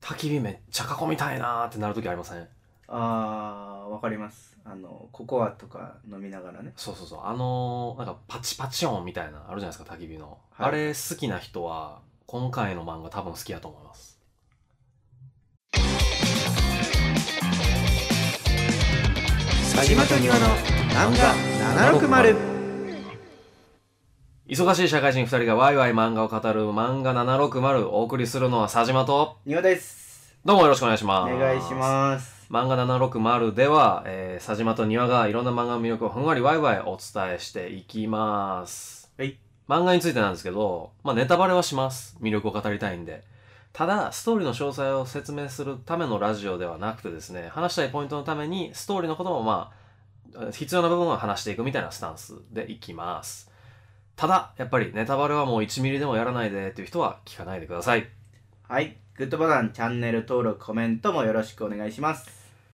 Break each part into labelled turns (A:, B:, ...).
A: 焚き火めっちゃ囲みたいなーってなるときありません？
B: わかります。ココアとか飲みながらね。
A: そうそうそう。なんかパチパチ音みたいな、あるじゃないですか、焚き火の。
B: はい
A: あれ好きな人は、今回の漫画多分好きやと思います。
B: 佐島と庭の漫画760。
A: 忙しい社会人2人がワイワイ漫画を語る漫画760をお送りするのは佐島と、
B: 庭です。
A: どうもよろしくお願いします。
B: お願いします。
A: 漫画760では、佐島と庭がいろんな漫画の魅力をふんわりワイワイお伝えしていきます。
B: はい。
A: 漫画についてなんですけど、ネタバレはします。魅力を語りたいんで。ただ、ストーリーの詳細を説明するためのラジオではなくてですね、話したいポイントのために、ストーリーのことも必要な部分は話していくみたいなスタンスでいきます。ただ、やっぱりネタバレはもう1ミリでもやらないでっていう人は聞かないでください。
B: はい。グッドボタン、チャンネル登録、コメントもよろしくお願いします。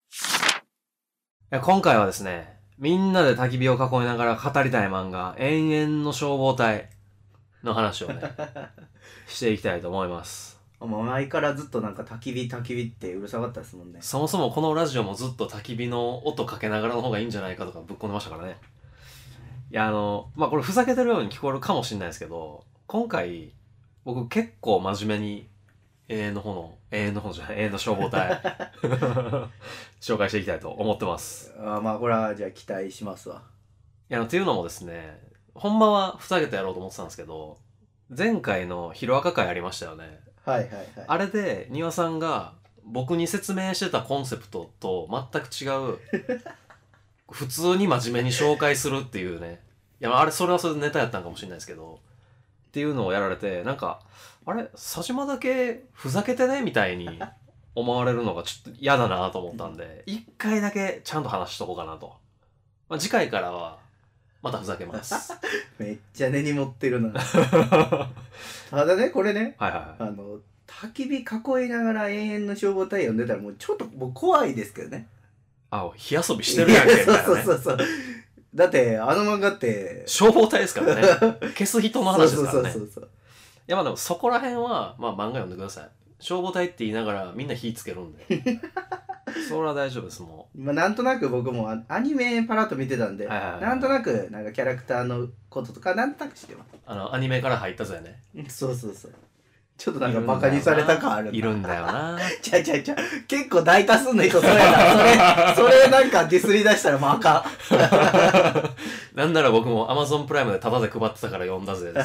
A: 今回はですね、みんなで焚き火を囲いながら語りたい漫画、永遠の消防隊の話をね、していきたいと思います。
B: もう前からずっとなんか焚き火ってうるさかったですもんね。
A: そもそもこのラジオもずっと焚き火の音かけながらの方がいいんじゃないかとかぶっ込んでましたからね。いやこれふざけてるように聞こえるかもしれないですけど、今回僕結構真面目に永遠の消防隊紹介していきたいと思ってます。
B: これはじゃあ期待しますわ。
A: っていうのもですね、ほんまはふざけてやろうと思ってたんですけど、前回のヒロアカ会ありましたよね。
B: はいはいはい。
A: あれで庭さんが僕に説明してたコンセプトと全く違う普通に真面目に紹介するっていうね。いや、それはそれでネタやったんかもしれないですけど、っていうのをやられて、なんか、佐島だけふざけてねみたいに思われるのがちょっと嫌だなと思ったんで、一回だけちゃんと話しとこうかなと。次回からは、またふざけます。
B: めっちゃ根に持ってるな。ただね、これね、
A: はいはいはい。
B: 焚き火囲いながら永遠の消防隊読んでたらもうちょっともう怖いですけどね。
A: 火遊びしてるやんけみたいなね。
B: そう。だってあの漫画って
A: 消防隊ですからね。消す人の話ですからね。
B: そう。
A: いやでもそこら辺は漫画読んでください。消防隊って言いながらみんな火つけるんで。それは大丈夫ですも
B: う。なんとなく僕もアニメパラッと見てたんで、なんとなくなんかキャラクターのこととかなんとなく知ってます。
A: アニメから入ったぞやね。
B: そう。ちょっとなんかバカにされた感ある。
A: いるんだよな。
B: ちゃ。結構大多数の人それな。それなんかディスり出したらもうあか
A: ん。なんなら僕も Amazon プライムでタダで配ってたから読んだぜです。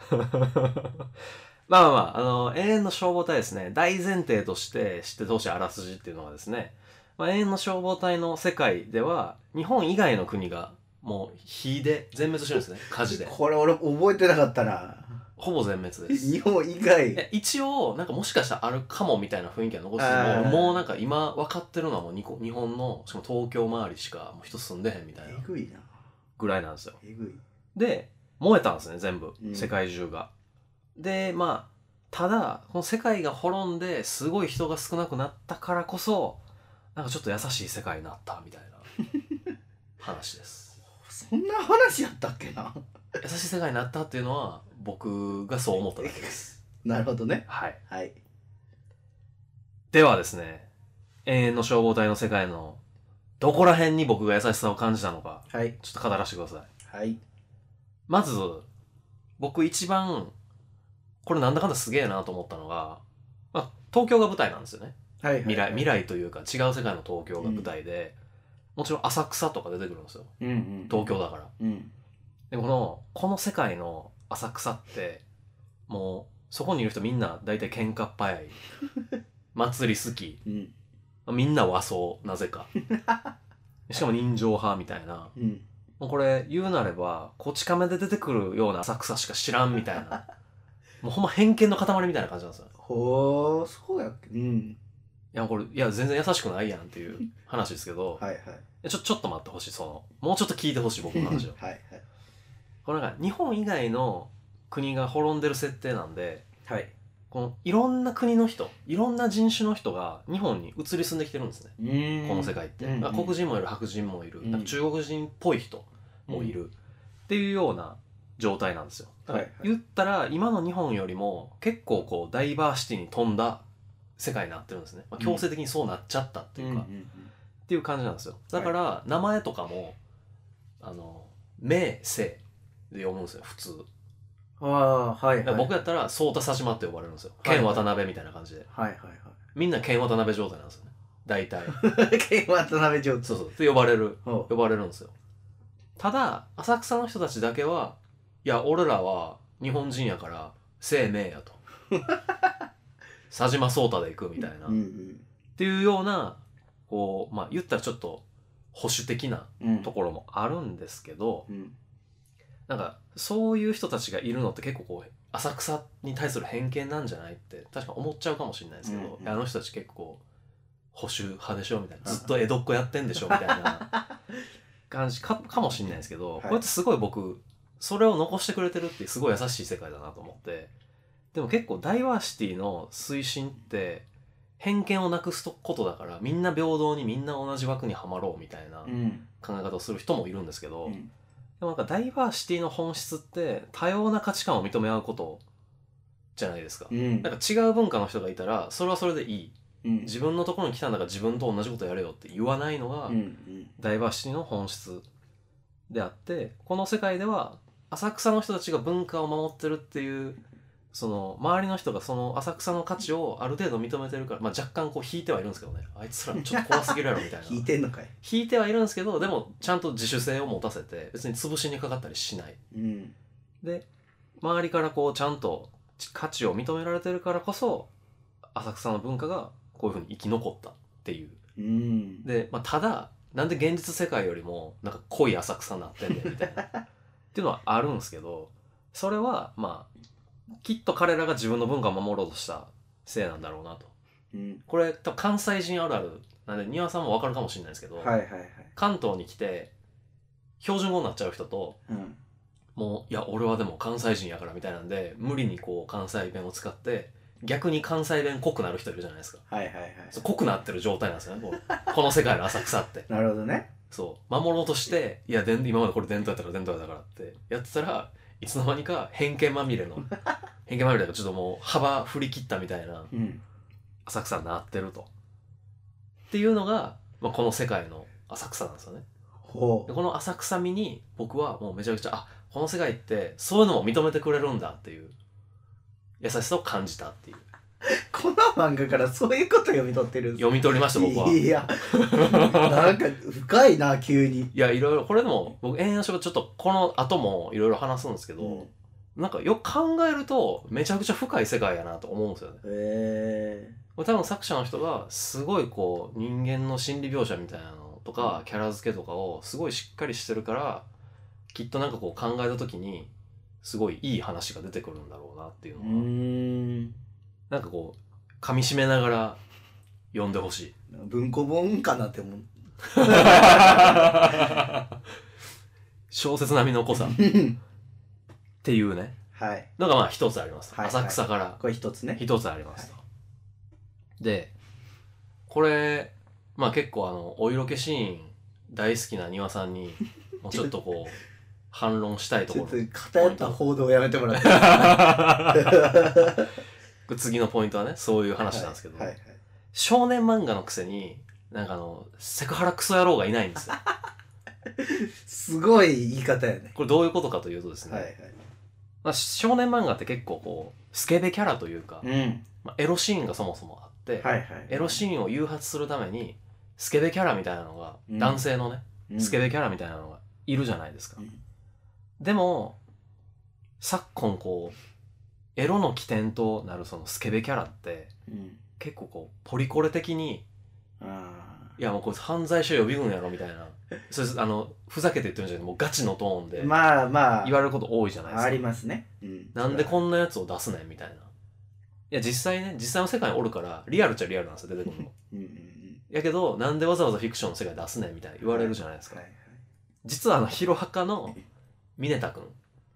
A: 永遠の消防隊ですね。大前提として知ってほしいあらすじっていうのはですね、永遠の消防隊の世界では、日本以外の国がもう火で全滅してるんですね。火事で。
B: これ俺覚えてなかったな。
A: ほぼ全滅です。
B: 日本以外。
A: 一応、なんかもしかしたらあるかもみたいな雰囲気は残してもうなんか今分かってるのはもう日本の、しかも東京周りしかもう人住んでへんみたいな。
B: えぐいな。
A: ぐらいなんですよ。
B: えぐい。
A: で、燃えたんですね、全部。
B: うん、
A: 世界中が。で、ただ、この世界が滅んですごい人が少なくなったからこそ、なんかちょっと優しい世界になったみたいな話です。
B: そんな話やったっけな。
A: 優しい世界になったっていうのは僕がそう思っただけです。
B: なるほどね。
A: はい。
B: はい。
A: ではですね、永遠の消防隊の世界のどこら辺に僕が優しさを感じたのか、
B: はい。
A: ちょっと語らせてください。
B: はい。
A: まず、僕一番、これなんだかんだすげえなと思ったのが、東京が舞台なんですよね。
B: はい。
A: 未来というか違う世界の東京が舞台で、もちろん浅草とか出てくるんですよ。東京だから。でもこの世界の浅草って、もうそこにいる人みんな大体喧嘩っ早い。祭り好き。みんな和装、なぜか。しかも人情派みたいな。もうこれ言うなれば、こち亀で出てくるような浅草しか知らんみたいな。もうほんま偏見の塊みたいな感じなんですよ。
B: ほー、そうやっけ。
A: いや、全然優しくないやんっていう話ですけど、ちょっと待ってほしい、もうちょっと聞いてほしい、僕の話を。これなんか、日本以外の国が滅んでる設定なんで、このいろんな国の人、いろんな人種の人が日本に移り住んできてるんですね。この世界って。黒人もいる、白人もいる、中国人っぽい人もいる、っていうような状態なんですよ。言ったら、今の日本よりも結構こう、ダイバーシティに富んだ世界になってるんですね、まあ、強制的にそうなっちゃったっていうか、っていう感じなんですよ。だから名前とかも名姓で読むんですよ普通。僕やったら颯太佐島って呼ばれるんですよ、剣渡辺みたいな感じで、みんな剣渡辺状態なんですよね大体
B: 剣渡辺状態、
A: そうそうって呼ばれるんですよ。ただ浅草の人たちだけはいや俺らは日本人やから姓名やと佐島颯太で行くみたいなっていうようなこうまあ言ったらちょっと保守的なところもあるんですけど、なんかそういう人たちがいるのって結構こう浅草に対する偏見なんじゃないって確か思っちゃうかもしれないですけど、あの人たち結構保守派でしょみたいな、ずっと江戸っ子やってんでしょみたいな感じかもしれないですけど、こうやってすごい僕それを残してくれてるってすごい優しい世界だなと思って。でも結構ダイバーシティの推進って偏見をなくすことだからみんな平等にみんな同じ枠にはまろうみたいな考え方をする人もいるんですけど、でもなんかダイバーシティの本質って多様な価値観を認め合うことじゃないですか、なんか違う文化の人がいたらそれはそれでいい、自分のところに来たんだから自分と同じことやれよって言わないのがダイバーシティの本質であって、この世界では浅草の人たちが文化を守ってるっていうその周りの人がその浅草の価値をある程度認めてるから、まあ、若干こう引いてはいるんですけどね、あいつらちょっと怖すぎるやろみたいな
B: 引いてんのかい。
A: 引いてはいるんですけど、でもちゃんと自主性を持たせて別に潰しにかかったりしない、で周りからこうちゃんと価値を認められてるからこそ浅草の文化がこういうふうに生き残ったっていう、で、まあ、ただなんで現実世界よりもなんか濃い浅草になってんねんみたいなっていうのはあるんですけど、それはまあきっと彼らが自分の文化を守ろうとしたせいなんだろうなと、これ多分関西人あるあるなんで庭さんも分かるかもしれないですけど、関東に来て標準語になっちゃう人と、もういや俺はでも関西人やからみたいなんで無理にこう関西弁を使って逆に関西弁濃くなる人いるじゃないですか。濃くなってる状態なんですよねこの世界の浅草って
B: なるほどね。
A: そう守ろうとしていや今までこれ伝統やったから伝統やだからってやってたらいつの間にか偏見まみれの偏見まみれだからちょっともう幅振り切ったみたいな浅草になってると、っていうのが、まあ、この世界の浅草なんですよね。でこの浅草味に僕はもうめちゃくちゃこの世界ってそういうのも認めてくれるんだっていう優しさを感じたっていう。
B: この漫画からそういうこと読み取ってるんですか？
A: 読み取りました僕は。
B: いやなんか深いな急に。
A: いやいろいろこれでも僕延々ちょっとこの後もいろいろ話すんですけど、なんかよく考えるとめちゃくちゃ深い世界やなと思うんですよね。これ多分作者の人がすごいこう人間の心理描写みたいなのとか、キャラ付けとかをすごいしっかりしてるからきっとなんかこう考えた時にすごいいい話が出てくるんだろうなっていうのはなんかこう噛み締めながら読んでほしい。
B: 文庫本かなって思う
A: 小説並みの濃さっていうね、のがまあ一つあります、浅草から
B: これ一つね、
A: 一つありますと、でこれまあ結構お色気シーン大好きな庭さんにもうちょっとこう反論したいところ、
B: ちょっと偏った報道をやめてもらって
A: 次のポイントはねそういう話なんですけど、少年漫画のくせになんかセクハラクソ野郎がいないんですよ
B: すごい言い方やね。
A: これどういうことかというとですね、まあ、少年漫画って結構こうスケベキャラというか、まあ、エロシーンがそもそもあって、エロシーンを誘発するためにスケベキャラみたいなのが、男性のね、スケベキャラみたいなのがいるじゃないですか、でも昨今こうエロの起点となるそのスケベキャラって、結構こうポリコレ的にいやもうこいつ犯罪者予備軍やろみたいなそれふざけて言ってるんじゃなくてもうガチのトーンで言われること多いじゃないですか。
B: ありますね、
A: なんでこんなやつを出すねんみたいな。いや実際の世界におるからリアルっちゃリアルなんですよ出てくるのやけどなんでわざわざフィクションの世界出すねんみたいな言われるじゃないですか、実はヒロハカのミネタ君、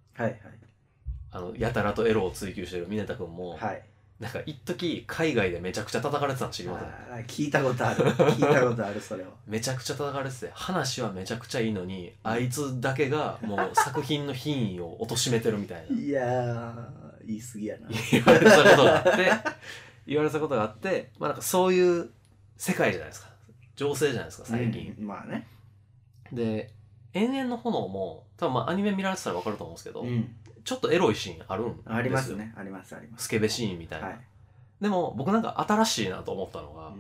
A: やたらとエロを追求してるミネタ君も、なんか一時海外でめちゃくちゃ叩かれてたの知りません？
B: 聞いたことある聞いたことあるそれは
A: めちゃくちゃ叩かれてて話はめちゃくちゃいいのにあいつだけがもう作品の品位を貶めてるみたいな
B: いやー言い過ぎやな
A: 言われたことがあって言われたことがあって、まあなんかそういう世界じゃないですか。情勢じゃないですか、最近。
B: まあね。
A: で、永遠の炎も、多分まあアニメ見られてたら分かると思うんですけど、ちょっとエロいシーンあるんですよ。
B: ありますね。あります。
A: スケベシーンみたいな。でも僕なんか新しいなと思ったのが、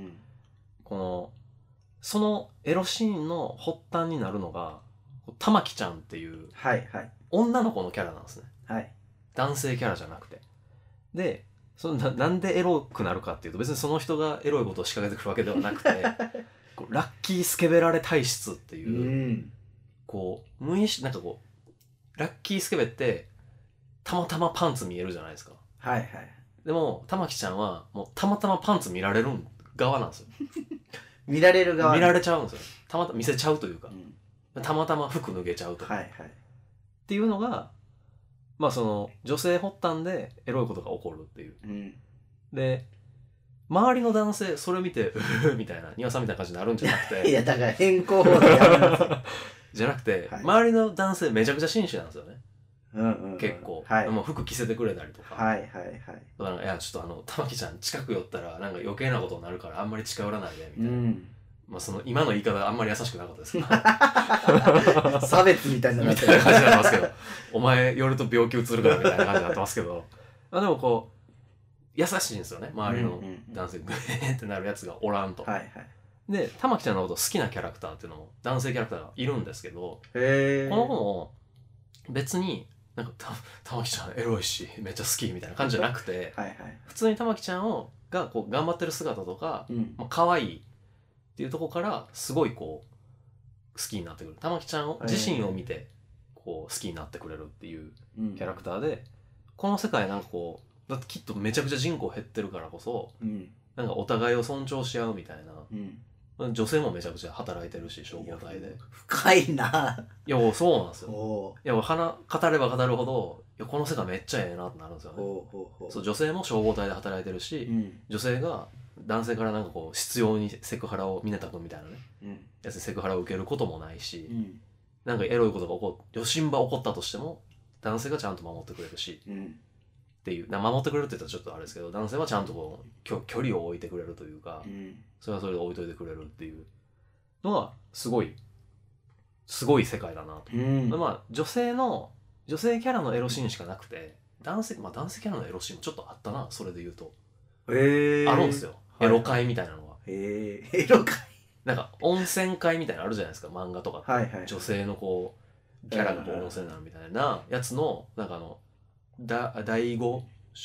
A: そのエロシーンの発端になるのが、玉木ちゃんっていう女の子のキャラなんですね。男性キャラじゃなくて。で、なんでエロくなるかっていうと、別にその人がエロいことを仕掛けてくるわけではなくて、ラッキースケベられ体質っていう、無意識、なんかラッキースケベってたまたまパンツ見えるじゃないですか。でも玉木ちゃんはもうたまたまパンツ見られる側なんですよ。
B: 見られる側、
A: 見られちゃうんですよ。たまたま見せちゃうというか、たまたま服脱げちゃうとか、っていうのが、まあその女性発端でエロいことが起こるっていう、で周りの男性それを見てみたいな庭さんみたいな感じになるんじゃなくて
B: いやだから変更法でやるんですよ
A: じゃなくて、周りの男性めちゃくちゃ紳士なんですよね。結構、もう服着せてくれたりとか、だからいやちょっと玉木ちゃん近く寄ったらなんか余計なことになるからあんまり近寄らないでみたいな、まあその今の言い方あんまり優しくなかったですけど
B: 差別みたいな
A: 感じになってますけど、お前寄ると病気うつるからみたいな感じになってますけど、まあでも優しいんですよね、周りの男性グーってなるやつがおらんと。で玉木ちゃんのこと好きなキャラクターっていうのも男性キャラクターがいるんですけど、この子も別になんか玉木ちゃんエロいしめっちゃ好きみたいな感じじゃなくて普通に玉木ちゃんが頑張ってる姿とか、可愛いっていうところからすごい好きになってくる。玉木ちゃん自身を見て好きになってくれるっていうキャラクターで、この世界なんかだってきっとめちゃくちゃ人口減ってるからこそ、なんかお互いを尊重し合うみたいな、女性もめちゃくちゃ働いてるし消防隊で。
B: 深いな。
A: いやそうなんですよ。いや語れば語るほどこの世界めっちゃええなってなるんですよね。そう女性も消防隊で働いてるし、女性が男性からなんか執拗にセクハラを、峰田君みたいなね、やつにセクハラを受けることもないし、なんかエロいことが余震場起こったとしても男性がちゃんと守ってくれるし、っていう守ってくれるって言ったらちょっとあれですけど、男性はちゃんと距離を置いてくれるというか、それはそれで置いといてくれるっていうのがすごい世界だなと。まあ女性キャラのエロシーンしかなくて、男性キャラのエロシーンもちょっとあったな、それで言うと。あるんですよ、エロ会みたいなのが。
B: エロ会
A: なんか温泉会みたいなのあるじゃないですか、漫画とかって。女性のキャラが温泉になるみたいなやつの、なんか第8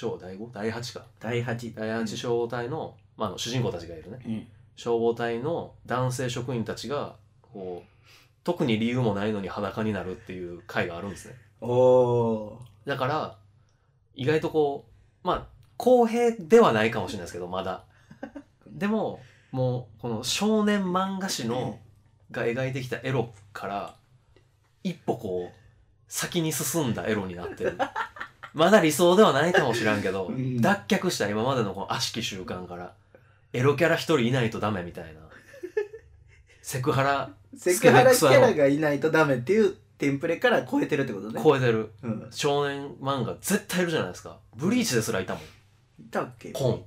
A: 消防隊の、主人公たちがいるね、消防隊の男性職員たちが特に理由もないのに裸になるっていう回があるんですね。だから意外と公平ではないかもしれないですけど、まだでももうこの少年漫画誌が描いてきたエロから一歩先に進んだエロになってる。まだ理想ではないかもしらんけど、脱却した今までの悪しき習慣からエロキャラ一人いないとダメみたいな、セクハラキャラがいないとダメっていうテンプレから超えてるってことね。超えてる、少年漫画絶対いるじゃないですか。ブリーチですらいたもん。いたっけ？コン。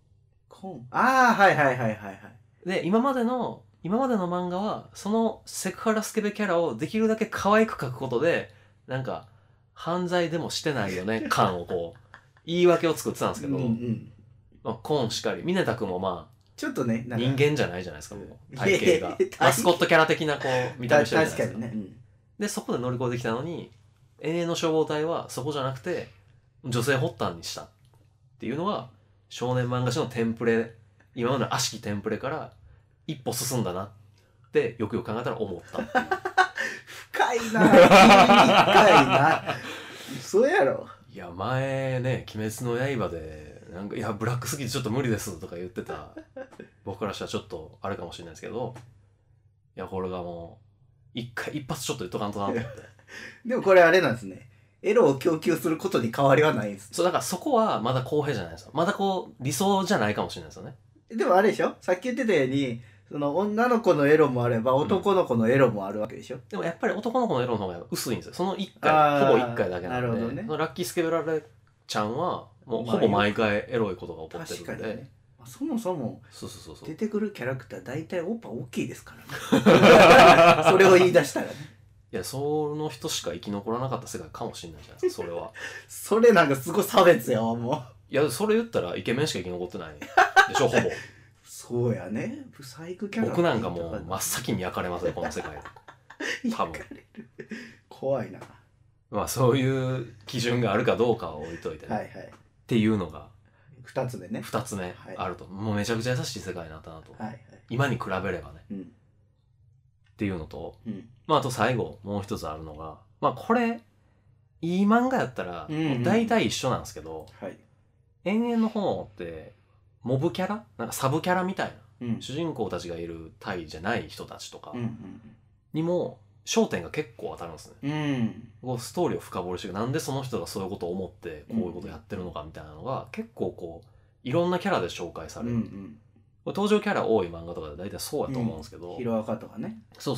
A: で今までの漫画はそのセクハラスケベキャラをできるだけ可愛く描くことで、なんか犯罪でもしてないよね感を言い訳を作ってたんですけど、コンしかり峰田君もちょっとね人間じゃないじゃないですか、もう体型がマスコットキャラ的な見た目してるじゃないですか。でそこで乗り越えてきたのに、永遠の消防隊はそこじゃなくて女性発端にしたっていうのが少年漫画誌のテンプレ、今までの悪しきテンプレから一歩進んだなってよくよく考えたら思ったっていう。
B: 深いな深いなそうやろ。
A: いや前ね「鬼滅の刃」でなんか「いやブラックすぎてちょっと無理です」とか言ってた僕からしたらちょっとあれかもしれないですけど、いやこれがもう一発ちょっと言っとかんとなと思って
B: でもこれあれなんですね、エロを供給することに変わりはないんです。
A: そうだからそこはまだ公平じゃないですか。まだ理想じゃないかもしれないですよね。
B: でもあれでしょ、さっき言ってたようにその女の子のエロもあれば男の子のエロもあるわけでしょ、
A: でもやっぱり男の子のエロの方が薄いんですよ。その1回ほぼ1回だけなので、ラッキースケベラレちゃんはもうほぼ毎回エロいことが起こってるんで、
B: 確かにね、そもそも出てくるキャラクター大体おっぱ大きいですからねそれを言い出したらね。
A: いや、その人しか生き残らなかった世界かもしれないじゃないですか、それは。
B: それなんかすごい差別やわ、もう。
A: いや、それ言ったらイケメンしか生き残ってないでしょ、ほぼ。
B: そうやね。ブサイクキャラ
A: 僕なんかもう真っ先に焼かれますよ、この世界で。多分。
B: 怖いな。
A: まあそういう基準があるかどうかは置いといてね。
B: はいはい。
A: っていうのが
B: 2つ目ね。
A: 2つ目あると、もうめちゃくちゃ優しい世界になったなと。
B: はいはい、
A: 今に比べればね。っていうのと、まああと最後もう一つあるのが、まあこれいい漫画やったら大体一緒なんですけど、延々の方ってモブキャラなんかサブキャラみたいな、主人公たちがいる隊じゃない人たちとかにも焦点が結構当たるんですね。こうストーリーを深掘りしてなんでその人がそういうことを思ってこういうことをやってるのかみたいなのが結構こういろんなキャラで紹介される。登場キャラ多い漫画とかで大体そうやと思うんですけど、
B: ヒロアカとかね。
A: そう、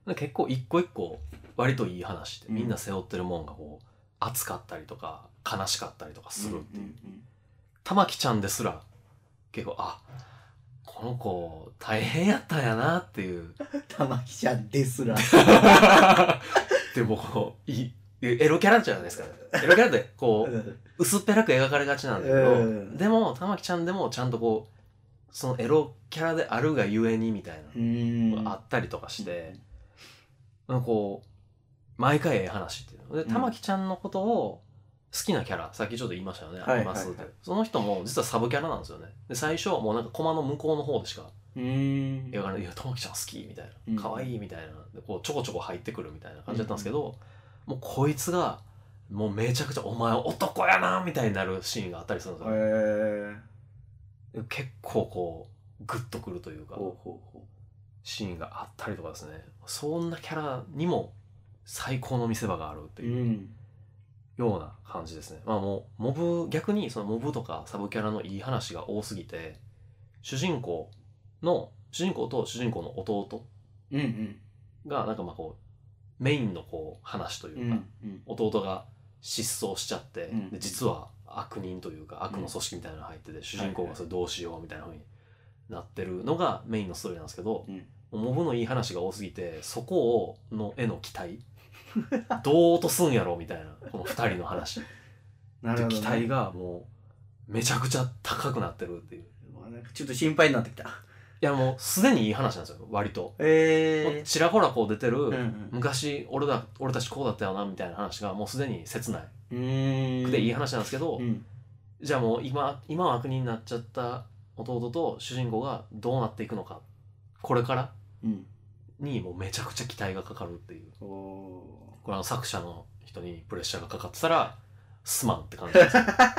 A: 結構一個一個割といい話で、みんな背負ってるもんがこう熱かったりとか悲しかったりとかするっていう。玉木ちゃんですら結構この子大変やったんやなっていう。
B: 玉木ちゃんですら
A: でもこうエロキャラじゃないですか、ね、エロキャラってこう薄っぺらく描かれがちなんだけど、でも玉木ちゃんでもちゃんとこうそのエロキャラであるがゆえにみたいなのがあったりとかして、こう毎回ええ話っていうので、玉木ちゃんのことを好きなキャラ、さっきちょっと言いましたよね、ありますって。その人も実はサブキャラなんですよね。で最初もうなんかコマの向こうの方でしか描かれない、いや玉木ちゃん好きみたいな、可愛いみたいなでこうちょこちょこ入ってくるみたいな感じだったんですけど、もうこいつがもうめちゃくちゃお前男やなみたいになるシーンがあったりするんですよ。結構こうグッとくるというかシーンがあったりとかですね、そんなキャラにも最高の見せ場があるっていうような感じですね。まあもう逆にそのモブとかサブキャラのいい話が多すぎて、主人公と主人公の弟がなんかまあこうメインのこう話というか、弟が失踪しちゃって、で実は悪人というか悪の組織みたいなのが入ってて、主人公がそれどうしようみたいな風になってるのがメインのストーリーなんですけど、モブのいい話が多すぎてそこへの期待どう落とすんやろみたいな、この2人の話で期待がもうめちゃくちゃ高くなってるっていう。
B: ちょっと心配になってきた。い
A: やもうすでにいい話なんですよ割と。ちらほらこう出てる、昔俺たちこうだったよなみたいな話がもうすでに切ないくていい話なんですけど、じゃあもう今は悪人になっちゃった弟と主人公がどうなっていくのか、これからにもうめちゃくちゃ期待がかかるっていう。これ作者の人にプレッシャーがかかってたらすまんって感じです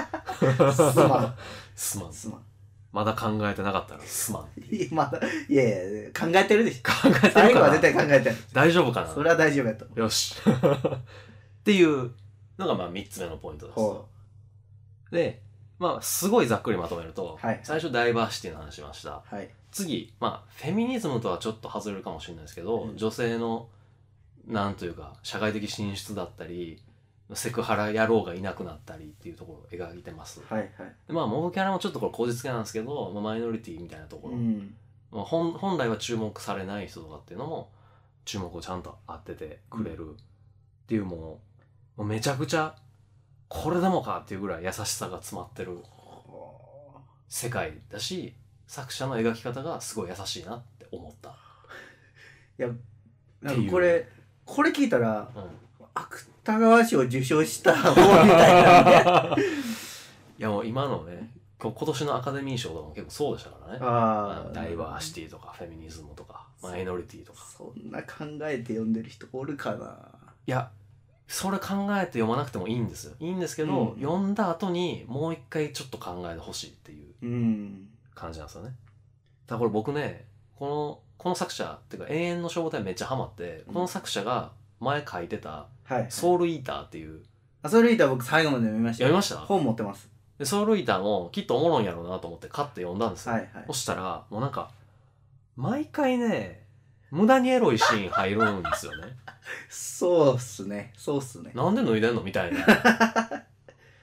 A: すまんまだ考えてなかったらすまん。
B: いやいや考えてるでしょ。
A: 考えてるかな。
B: 最後は絶対考えてる。
A: 大丈夫かな。
B: それは大丈夫やと。
A: よしっていうのがまあ3つ目のポイントです。でまあすごいざっくりまとめると、最初ダイバーシティの話しました。次まあフェミニズムとはちょっと外れるかもしれないですけど、女性のなんというか社会的進出だったりセクハラ野郎がいなくなったりっていうところを描いてます。まあモブキャラもちょっとこれ口実系なんですけど、マイノリティみたいなところ、本来は注目されない人とかっていうのも注目をちゃんと当ててくれるっていう、もうめちゃくちゃこれでもかっていうぐらい優しさが詰まってる世界だし、作者の描き方がすごい優しいなって思った。
B: いやなんかこれ聞いたら、芥川賞を受賞した方みたいなね
A: いやもう今のね今年のアカデミー賞とかも結構そうでしたからね。ダイバーシティとかフェミニズムとかマイノリティとか、
B: そんな考えて読んでる人おるかな。
A: いやそれ考えて読まなくてもいいんですよ。いいんですけど、読んだ後にもう一回ちょっと考えてほしいっていう感じなんですよね。だからこれ僕ねこの作者っていうか永遠の消防隊めっちゃハマって、この作者が前書いてたソウルイーターっていう、
B: ソウルイーター僕最後まで読みました。
A: 読みました？
B: 本持ってます。
A: でソウルイーターもきっとおもろいんやろうなと思って買って読んだんですよ。そしたらもうなんか毎回ね無駄にエロいシーン入るんですよね
B: そうっすね。
A: なんで脱いでんのみたいな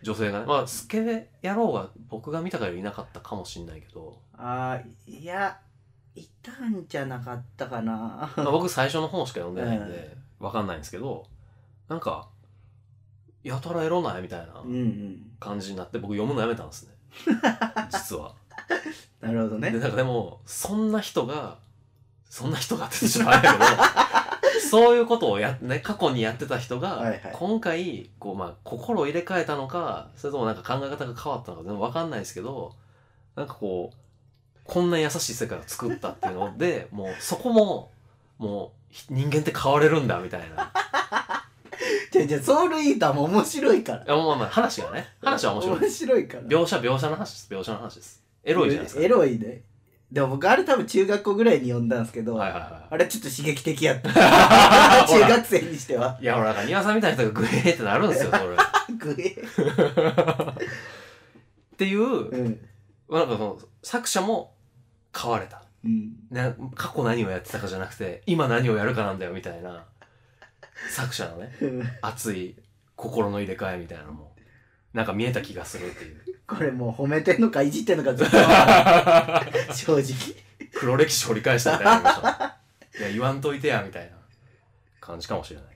A: 女性がね、まあスケ野郎が僕が見たからいなかったかもしれないけど、
B: いやいたんじゃなかったかな。
A: まあ、僕最初の方しか読んでないんでわかんないんですけど、なんかやたらエロないみたいな感じになって僕読むのやめたんですね実は。
B: なるほどね。
A: でなんかでもそんな人がってちょっとあれだけどそういうことを過去にやってた人が、今回こう、まあ、心を入れ替えたのか、それともなんか考え方が変わったのか全然わかんないですけど、なんかこうこんな優しい世界を作ったっていうのでもうそこももう人間って変われるんだみたいな。
B: じゃソウルイーターも面白いから。
A: いやまあ話は面白い。
B: 面白いから。
A: 描写の話です。エロいじゃないですか。
B: エロいね。でも僕あれ多分中学校ぐらいに読んだんですけど、あれちょっと刺激的やった。中学生にしては。
A: いやほらなんか庭さんみたいな人がグエーってなるんですよそれ。
B: グエー
A: っていう、なんかその作者も変われた、過去何をやってたかじゃなくて今何をやるかなんだよみたいな作者のね熱い心の入れ替えみたいなのもなんか見えた気がするっていう。
B: これもう褒めてんのかいじってんのかずっと正直
A: 黒歴史掘り返したみたいになりましたいや言わんといてやみたいな感じかもしれない。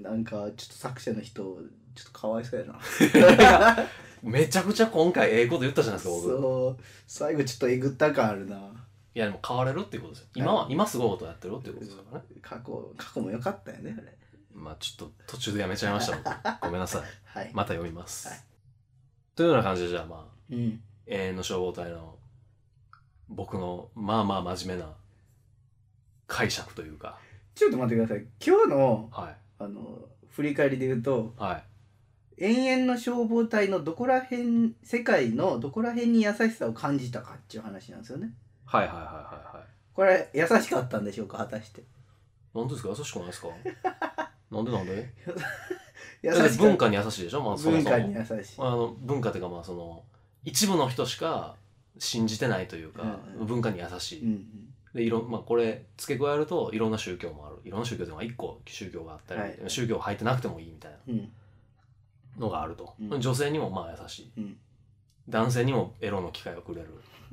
B: なんかちょっと作者の人ちょっとかわいそうやな
A: めちゃくちゃ今回ええこと言ったじゃないですか僕。
B: そう最後ちょっとえぐった感あるな。
A: いやでも変われるっていうことですよ。今すごいことやってるっていうことですからね。過
B: 去も良かったよねあれ。
A: まあちょっと途中でやめちゃいました僕ごめんなさい、また読みます、というような感じでじゃあまあ、永遠の消防隊の僕のまあまあ真面目な解釈というか。
B: ちょっと待ってください。今日の、振り返りで言うと、永遠の消防隊の世界のどこら辺に優しさを感じたかっていう話なんですよね。これ優しかったんでしょうか果たして。
A: なんですか優しくないですかなんで文化に優しいでしょ、まあ、そもそも
B: 文化に優しい。
A: 文化っていうかまあその一部の人しか信じてないというか、文化に優しい、でまあ、これ付け加えるといろんな宗教もある。いろんな宗教でも1個宗教があったり、宗教入ってなくてもいいみたいなのがあると、女性にもまあ優しい、男性にもエロの機会をくれる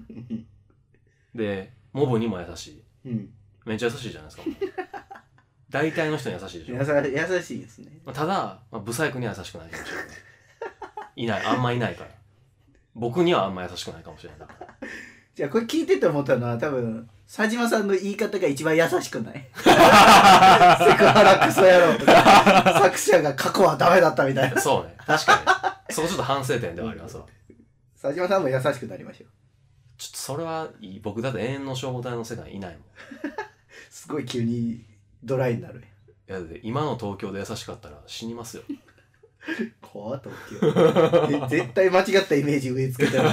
A: でモブにも優しい、めっちゃ優しいじゃないですか大体の人に優しいでしょ。
B: 優しいですね。
A: ただ、まあ、ブサイクには優しくないかもしれないあんまいないから僕にはあんま優しくないかもしれない
B: じゃあこれ聞いてて思ったのは多分佐島さんの言い方が一番優しくないセクハラクソ野郎とか作者が過去はダメだったみたいな。
A: そうね確かにそこちょっと反省点ではありますわ
B: 佐島さんも優しくなりましょう。
A: ちょっとそれはいい。僕だって永遠の消防隊の世界にいないもん
B: すごい急にドライになる。
A: いやで今の東京で優しかったら死にますよ
B: 怖っ東京絶対間違ったイメージ植え付けてる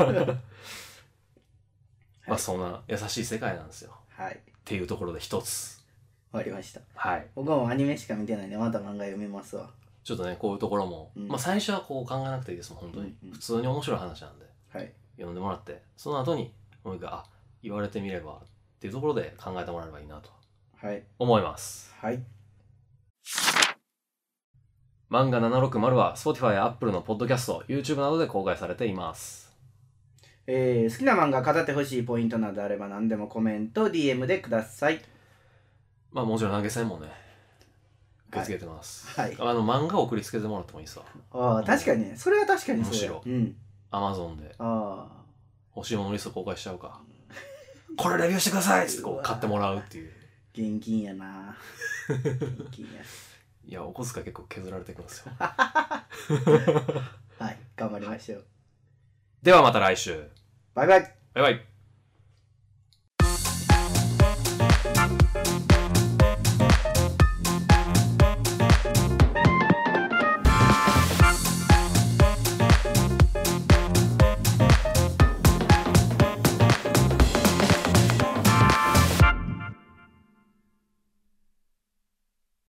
A: まあそんな優しい世界なんですよ。っていうところで一つ
B: 終わりました。僕はもうアニメしか見てないんでまた漫画読みますわ。
A: ちょっとねこういうところも、まあ最初はこう考えなくていいですもん本当に、普通に面白い話なんで、読んでもらってその後にもう一回言われてみればっていうところで考えてもらえればいいなと思います。漫画760は Spotify や Apple のポッドキャスト YouTube などで公開されています。
B: 好きな漫画語ってほしいポイントなどあれば何でもコメント DM でください。
A: まあもちろん投げ銭もね受け付けてます、漫画を送りつけてもらってもいいですわ。
B: 確かにそれは確かに
A: むしろ、Amazon で欲しいものリスト公開しちゃうかこれレビューしてくださいっつってこう買ってもらうっていう。
B: 現金やな現金や
A: いやお小遣い結構削られてくるんですよ
B: 頑張りましょう。
A: ではまた来週。
B: バイバイ。
A: バイバイ。